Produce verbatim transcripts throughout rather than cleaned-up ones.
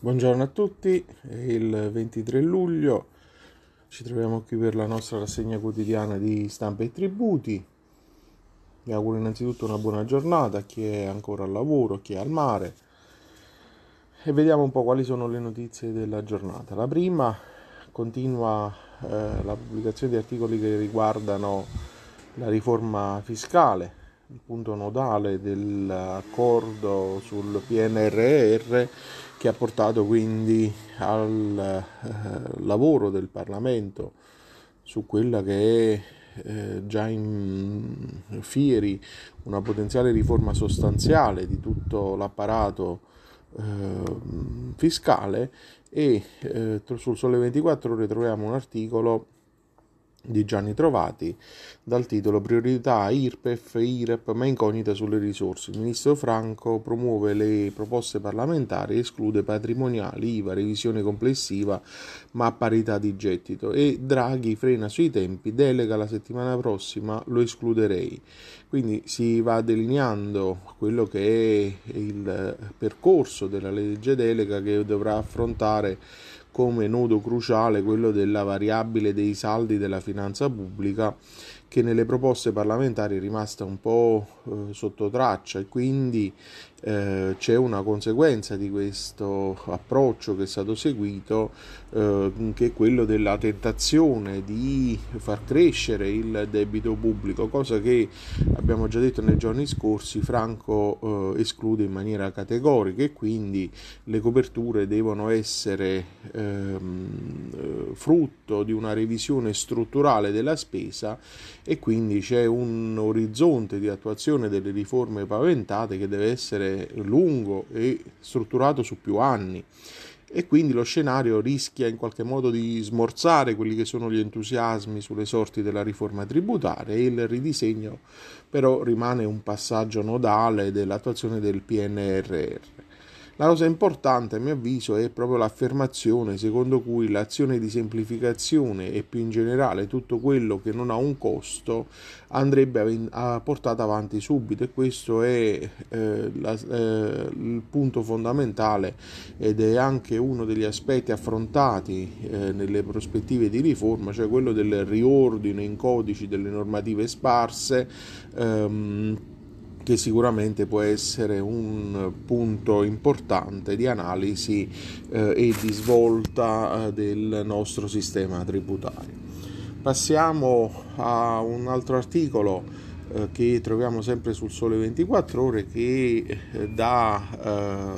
Buongiorno a tutti, è il ventitré luglio, ci troviamo qui per la nostra rassegna quotidiana di stampa e tributi. Vi auguro innanzitutto una buona giornata a chi è ancora al lavoro, a chi è al mare e vediamo un po' quali sono le notizie della giornata. La prima continua eh, la pubblicazione di articoli che riguardano la riforma fiscale, il punto nodale dell'accordo sul P N R R che ha portato quindi al eh, lavoro del Parlamento su quella che è eh, già in fieri una potenziale riforma sostanziale di tutto l'apparato eh, fiscale e eh, sul Sole ventiquattro Ore troviamo un articolo di Gianni Trovati dal titolo Priorità I R P E F, I R E P ma incognita sulle risorse. Il ministro Franco promuove le proposte parlamentari, esclude patrimoniali, I V A, revisione complessiva ma a parità di gettito, e Draghi frena sui tempi, delega la settimana prossima, lo escluderei. Quindi si va delineando quello che è il percorso della legge delega che dovrà affrontare come nodo cruciale quello della variabile dei saldi della finanza pubblica, che nelle proposte parlamentari è rimasta un po' eh, sotto traccia, e quindi eh, c'è una conseguenza di questo approccio che è stato seguito, eh, che è quello della tentazione di far crescere il debito pubblico, cosa che abbiamo già detto nei giorni scorsi Franco eh, esclude in maniera categorica, e quindi le coperture devono essere ehm, frutto di una revisione strutturale della spesa, e quindi c'è un orizzonte di attuazione delle riforme paventate che deve essere lungo e strutturato su più anni, e quindi lo scenario rischia in qualche modo di smorzare quelli che sono gli entusiasmi sulle sorti della riforma tributaria, e il ridisegno però rimane un passaggio nodale dell'attuazione del P N R R. La cosa importante, a mio avviso, è proprio l'affermazione secondo cui l'azione di semplificazione e più in generale tutto quello che non ha un costo andrebbe portato avanti subito, e questo è eh, la, eh, il punto fondamentale ed è anche uno degli aspetti affrontati eh, nelle prospettive di riforma, cioè quello del riordino in codici delle normative sparse, ehm, che sicuramente può essere un punto importante di analisi eh, e di svolta eh, del nostro sistema tributario. Passiamo a un altro articolo eh, che troviamo sempre sul Sole ventiquattro Ore, che eh, dà eh,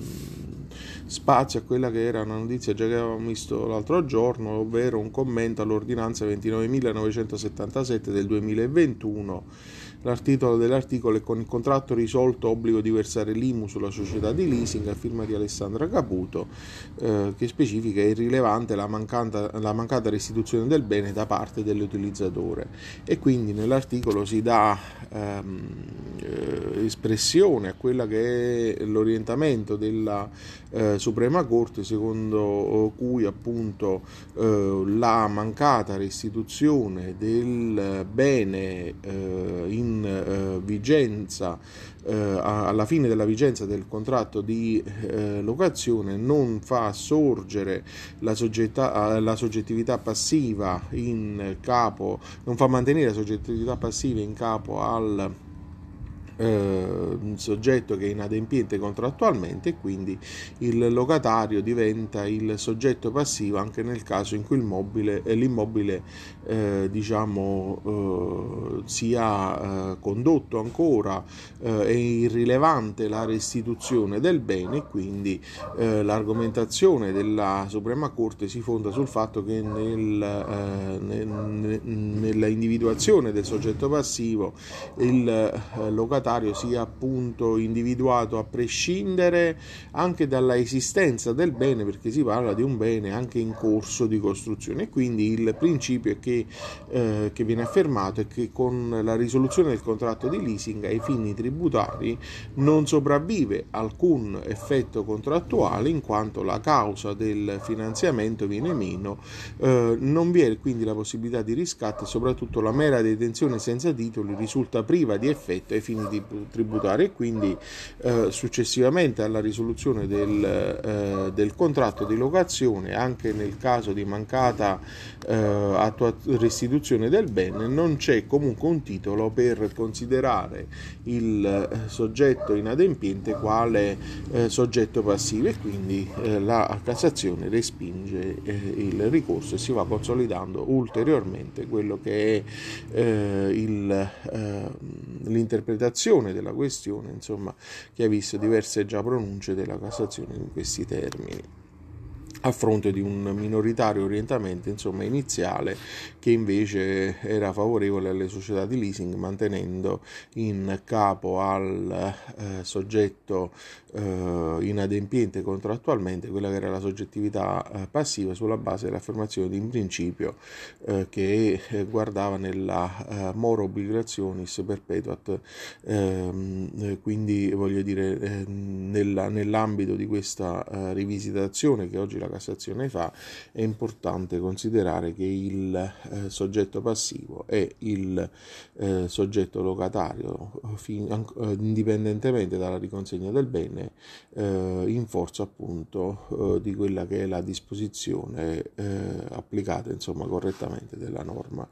spazio a quella che era una notizia già che avevamo visto l'altro giorno, ovvero un commento all'ordinanza ventinovemilanovecentosettantasette del duemilaventuno. L'articolo dell'articolo è: con il contratto risolto obbligo di versare l'I M U sulla società di leasing, a firma di Alessandra Caputo, eh, che specifica è irrilevante la mancata, la mancata restituzione del bene da parte dell'utilizzatore, e quindi nell'articolo si dà ehm, eh, espressione a quella che è l'orientamento della eh, Suprema Corte, secondo cui appunto eh, la mancata restituzione del bene eh, in Uh, vigenza uh, alla fine della vigenza del contratto di uh, locazione non fa sorgere la, soggetta, uh, la soggettività passiva in capo, non fa mantenere la soggettività passiva in capo al un soggetto che è inadempiente contrattualmente, e quindi il locatario diventa il soggetto passivo anche nel caso in cui il mobile, l'immobile eh, diciamo eh, sia eh, condotto ancora, eh, è irrilevante la restituzione del bene. Quindi eh, l'argomentazione della Suprema Corte si fonda sul fatto che nel, eh, nel, nella individuazione del soggetto passivo il eh, locatario sia appunto individuato a prescindere anche dalla esistenza del bene, perché si parla di un bene anche in corso di costruzione, e quindi il principio è che, eh, che viene affermato è che con la risoluzione del contratto di leasing ai fini tributari non sopravvive alcun effetto contrattuale, in quanto la causa del finanziamento viene meno, eh, non vi è quindi la possibilità di riscatto, e soprattutto la mera detenzione senza titoli risulta priva di effetto ai fini tributari, e quindi eh, successivamente alla risoluzione del, eh, del contratto di locazione, anche nel caso di mancata eh, attua- restituzione del bene, non c'è comunque un titolo per considerare il eh, soggetto inadempiente quale eh, soggetto passivo, e quindi eh, la Cassazione respinge eh, il ricorso e si va consolidando ulteriormente quello che è eh, il, eh, l'interpretazione della questione, insomma, che ha visto diverse già pronunce della Cassazione in questi termini, a fronte di un minoritario orientamento, insomma, iniziale, che invece era favorevole alle società di leasing, mantenendo in capo al eh, soggetto eh, inadempiente contrattualmente quella che era la soggettività eh, passiva, sulla base dell'affermazione di un principio eh, che eh, guardava nella eh, moro obligationis perpetuat, eh, quindi voglio dire eh, nella, nell'ambito di questa eh, rivisitazione che oggi la Cassazione fa, è importante considerare che il eh, soggetto passivo e il eh, soggetto locatario, fin, eh, indipendentemente dalla riconsegna del bene, eh, in forza appunto eh, di quella che è la disposizione eh, applicata, insomma, correttamente della norma,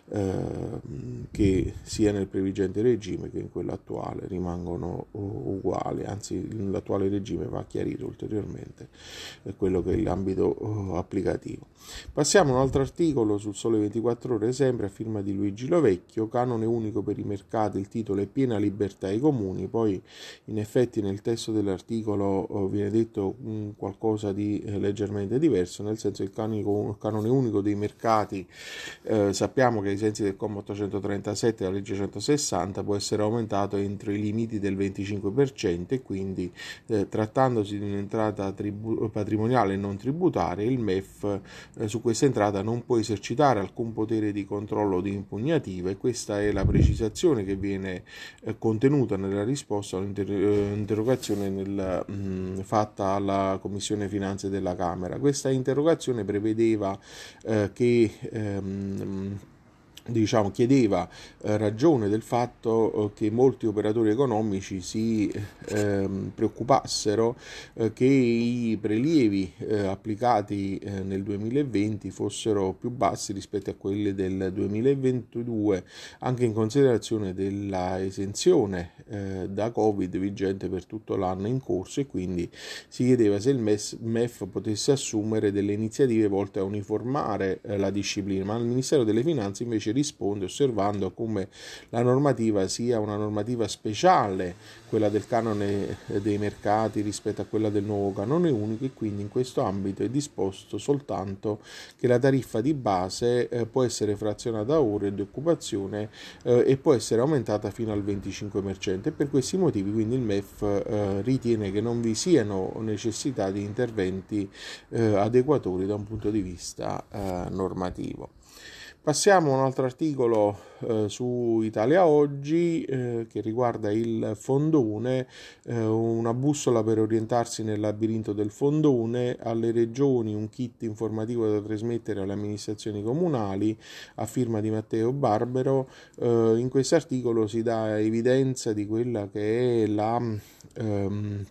eh, che sia nel previgente regime che in quello attuale rimangono uguali, anzi l'attuale regime va a chiarire ulteriormente quello che è l'ambito uh, applicativo. Passiamo a un altro articolo sul Sole ventiquattro Ore, sempre a firma di Luigi Lovecchio: canone unico per i mercati, il titolo è piena libertà ai comuni. Poi in effetti nel testo dell'articolo uh, viene detto um, qualcosa di eh, leggermente diverso, nel senso che il canico, canone unico dei mercati eh, sappiamo che ai sensi del comma ottocentotrentasette della legge centosessanta può essere aumentato entro i limiti del venticinque per cento, e quindi eh, trattandosi di un'entrata tribu- patrimoniale non tributaria, il M E F eh, su questa entrata non può esercitare alcun potere di controllo o di impugnativa, e questa è la precisazione che viene eh, contenuta nella risposta all'interrogazione nel, mh, fatta alla Commissione Finanze della Camera. Questa interrogazione prevedeva eh, che ehm, diciamo chiedeva eh, ragione del fatto eh, che molti operatori economici si eh, preoccupassero eh, che i prelievi eh, applicati eh, nel duemilaventi fossero più bassi rispetto a quelli del duemilaventidue, anche in considerazione della esenzione eh, da Covid vigente per tutto l'anno in corso, e quindi si chiedeva se il M E F potesse assumere delle iniziative volte a uniformare eh, la disciplina, ma il Ministero delle Finanze invece risponde osservando come la normativa sia una normativa speciale, quella del canone dei mercati rispetto a quella del nuovo canone unico, e quindi in questo ambito è disposto soltanto che la tariffa di base eh, può essere frazionata a ore di occupazione eh, e può essere aumentata fino al venticinque per cento, e per questi motivi quindi il M E F eh, ritiene che non vi siano necessità di interventi eh, adeguatori da un punto di vista eh, normativo. Passiamo a un altro articolo eh, su Italia Oggi eh, che riguarda il fondone, eh, una bussola per orientarsi nel labirinto del fondone, alle regioni un kit informativo da trasmettere alle amministrazioni comunali, a firma di Matteo Barbero. Eh, in questo articolo si dà evidenza di quella che è la ehm,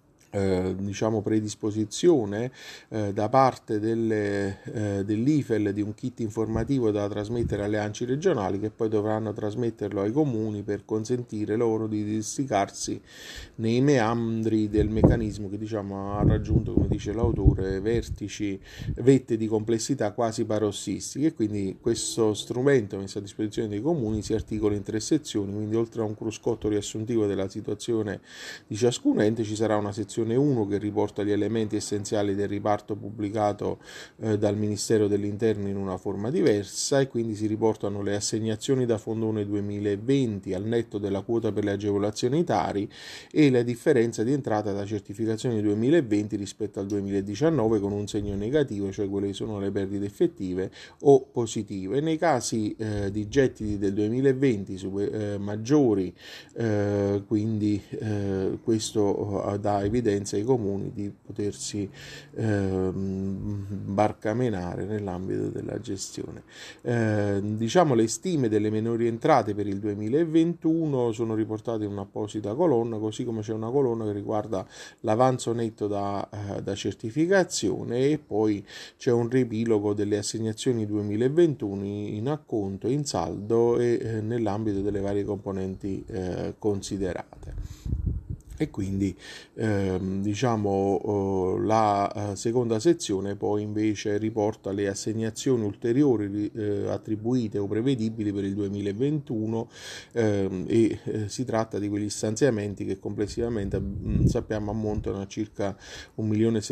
Eh, diciamo predisposizione eh, da parte delle, eh, dell'I F E L di un kit informativo da trasmettere alle A N C I regionali, che poi dovranno trasmetterlo ai comuni per consentire loro di districarsi nei meandri del meccanismo che, diciamo, ha raggiunto, come dice l'autore, vertici, vette di complessità quasi parossistiche, e quindi questo strumento messo a disposizione dei comuni si articola in tre sezioni. Quindi oltre a un cruscotto riassuntivo della situazione di ciascun ente ci sarà una sezione uno che riporta gli elementi essenziali del riparto pubblicato eh, dal Ministero dell'Interno in una forma diversa, e quindi si riportano le assegnazioni da fondone duemilaventi al netto della quota per le agevolazioni Tari e la differenza di entrata da certificazione duemilaventi rispetto al duemiladiciannove con un segno negativo, cioè quelle sono le perdite effettive, o positive. Nei casi eh, di gettiti del duemilaventi super, eh, maggiori, eh, quindi eh, questo dà evidenza evidenza ai comuni di potersi eh, barcamenare nell'ambito della gestione. Eh, diciamo le stime delle minori entrate per il duemilaventuno sono riportate in un'apposita colonna, così come c'è una colonna che riguarda l'avanzo netto da, eh, da certificazione, e poi c'è un riepilogo delle assegnazioni duemilaventuno in acconto, in saldo e eh, nell'ambito delle varie componenti eh, considerate. E quindi ehm, diciamo eh, la seconda sezione poi invece riporta le assegnazioni ulteriori eh, attribuite o prevedibili per il duemilaventuno ehm, e eh, si tratta di quegli stanziamenti che complessivamente mh, sappiamo ammontano a circa un milione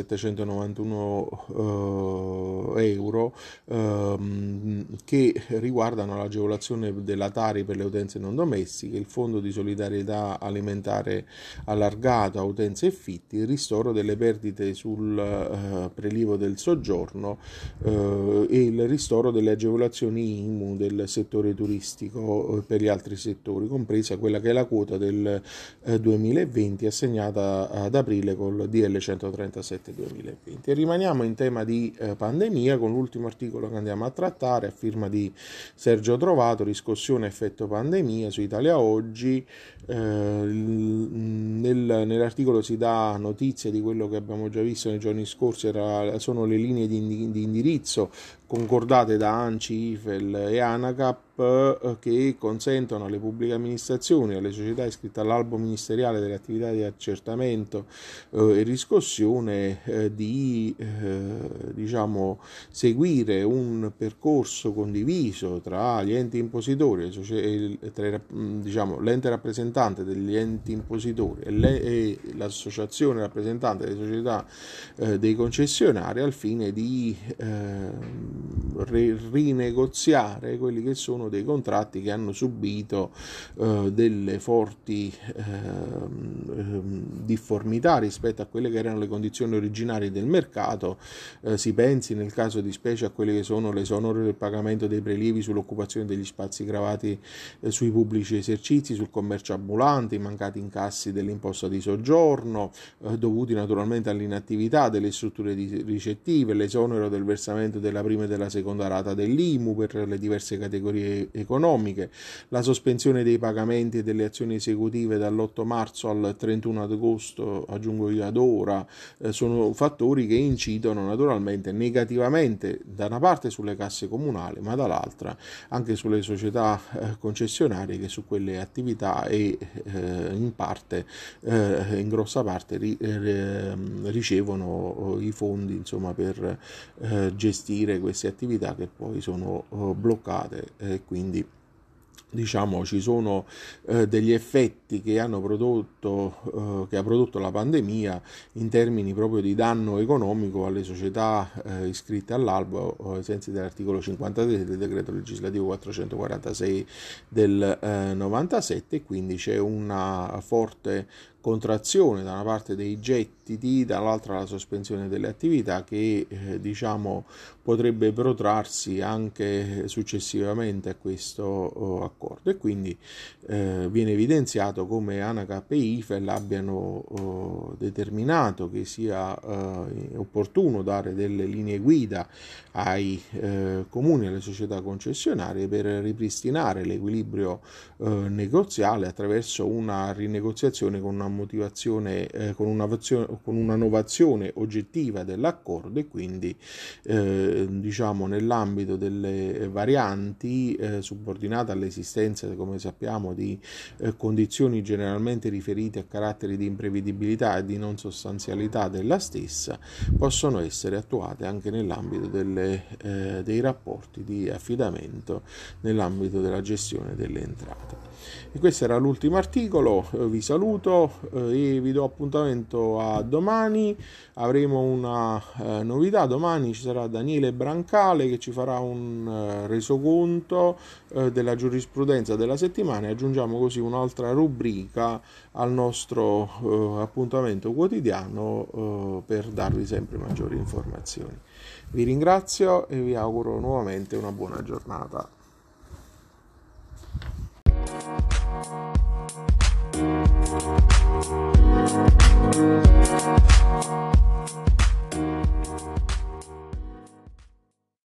settecentonovantuno eh, euro ehm, che riguardano l'agevolazione della Tari per le utenze non domestiche, il fondo di solidarietà alimentare allargato a utenze e fitti, il ristoro delle perdite sul uh, prelievo del soggiorno uh, e il ristoro delle agevolazioni I M U del settore turistico uh, per gli altri settori, compresa quella che è la quota del uh, duemilaventi assegnata ad aprile col D L centotrentasette duemilaventi. E rimaniamo in tema di uh, pandemia con l'ultimo articolo che andiamo a trattare, a firma di Sergio Trovato, riscossione effetto pandemia su Italia Oggi. Uh, nel, nell'articolo si dà notizia di quello che abbiamo già visto nei giorni scorsi, era, sono le linee di, di indirizzo concordate da ANCI, I F E L e ANACAP che consentono alle pubbliche amministrazioni e alle società iscritte all'albo ministeriale delle attività di accertamento eh, e riscossione eh, di eh, diciamo seguire un percorso condiviso tra gli enti impositori e tra, diciamo, l'ente rappresentante degli enti impositori e, le, e l'associazione rappresentante delle società eh, dei concessionari al fine di eh, rinegoziare quelli che sono dei contratti che hanno subito eh, delle forti eh, difformità rispetto a quelle che erano le condizioni originarie del mercato. Eh, si pensi nel caso di specie a quelle che sono l'esonero del pagamento dei prelievi sull'occupazione degli spazi gravati eh, sui pubblici esercizi, sul commercio ambulante, i mancati incassi dell'imposta di soggiorno eh, dovuti naturalmente all'inattività delle strutture di ricettive, l'esonero del versamento della prima e della seconda rata dell'I M U per le diverse categorie economiche, la sospensione dei pagamenti e delle azioni esecutive dall'otto marzo al trentuno agosto, aggiungo io ad ora, eh, sono fattori che incidono naturalmente negativamente da una parte sulle casse comunali, ma dall'altra anche sulle società eh, concessionarie che su quelle attività e eh, in parte, eh, in grossa parte ri, eh, ricevono eh, i fondi insomma per eh, gestire queste attività che poi sono eh, bloccate e eh, quindi diciamo ci sono eh, degli effetti che hanno prodotto eh, che ha prodotto la pandemia in termini proprio di danno economico alle società eh, iscritte all'albo ai sensi dell'articolo cinquantatré del decreto legislativo quattrocentoquarantasei del eh, novantasette, e quindi c'è una forte contrazione da una parte dei gettiti, dall'altra la sospensione delle attività che eh, diciamo potrebbe protrarsi anche successivamente a questo oh, accordo, e quindi eh, viene evidenziato come ANACAP e I F E L abbiano oh, determinato che sia eh, opportuno dare delle linee guida ai eh, comuni e alle società concessionarie per ripristinare l'equilibrio eh, negoziale attraverso una rinegoziazione con una motivazione eh, con, una, con una novazione oggettiva dell'accordo, e quindi eh, diciamo nell'ambito delle varianti eh, subordinate all'esistenza, come sappiamo, di eh, condizioni generalmente riferite a caratteri di imprevedibilità e di non sostanzialità della stessa, possono essere attuate anche nell'ambito delle, eh, dei rapporti di affidamento nell'ambito della gestione delle entrate. E questo era l'ultimo articolo, eh, vi saluto eh, e vi do appuntamento a domani. Avremo una eh, novità, domani ci sarà Daniele Brancale che ci farà un eh, resoconto eh, della giurisprudenza della settimana, e aggiungiamo così un'altra rubrica al nostro eh, appuntamento quotidiano eh, per darvi sempre maggiori informazioni. Vi ringrazio e vi auguro nuovamente una buona giornata.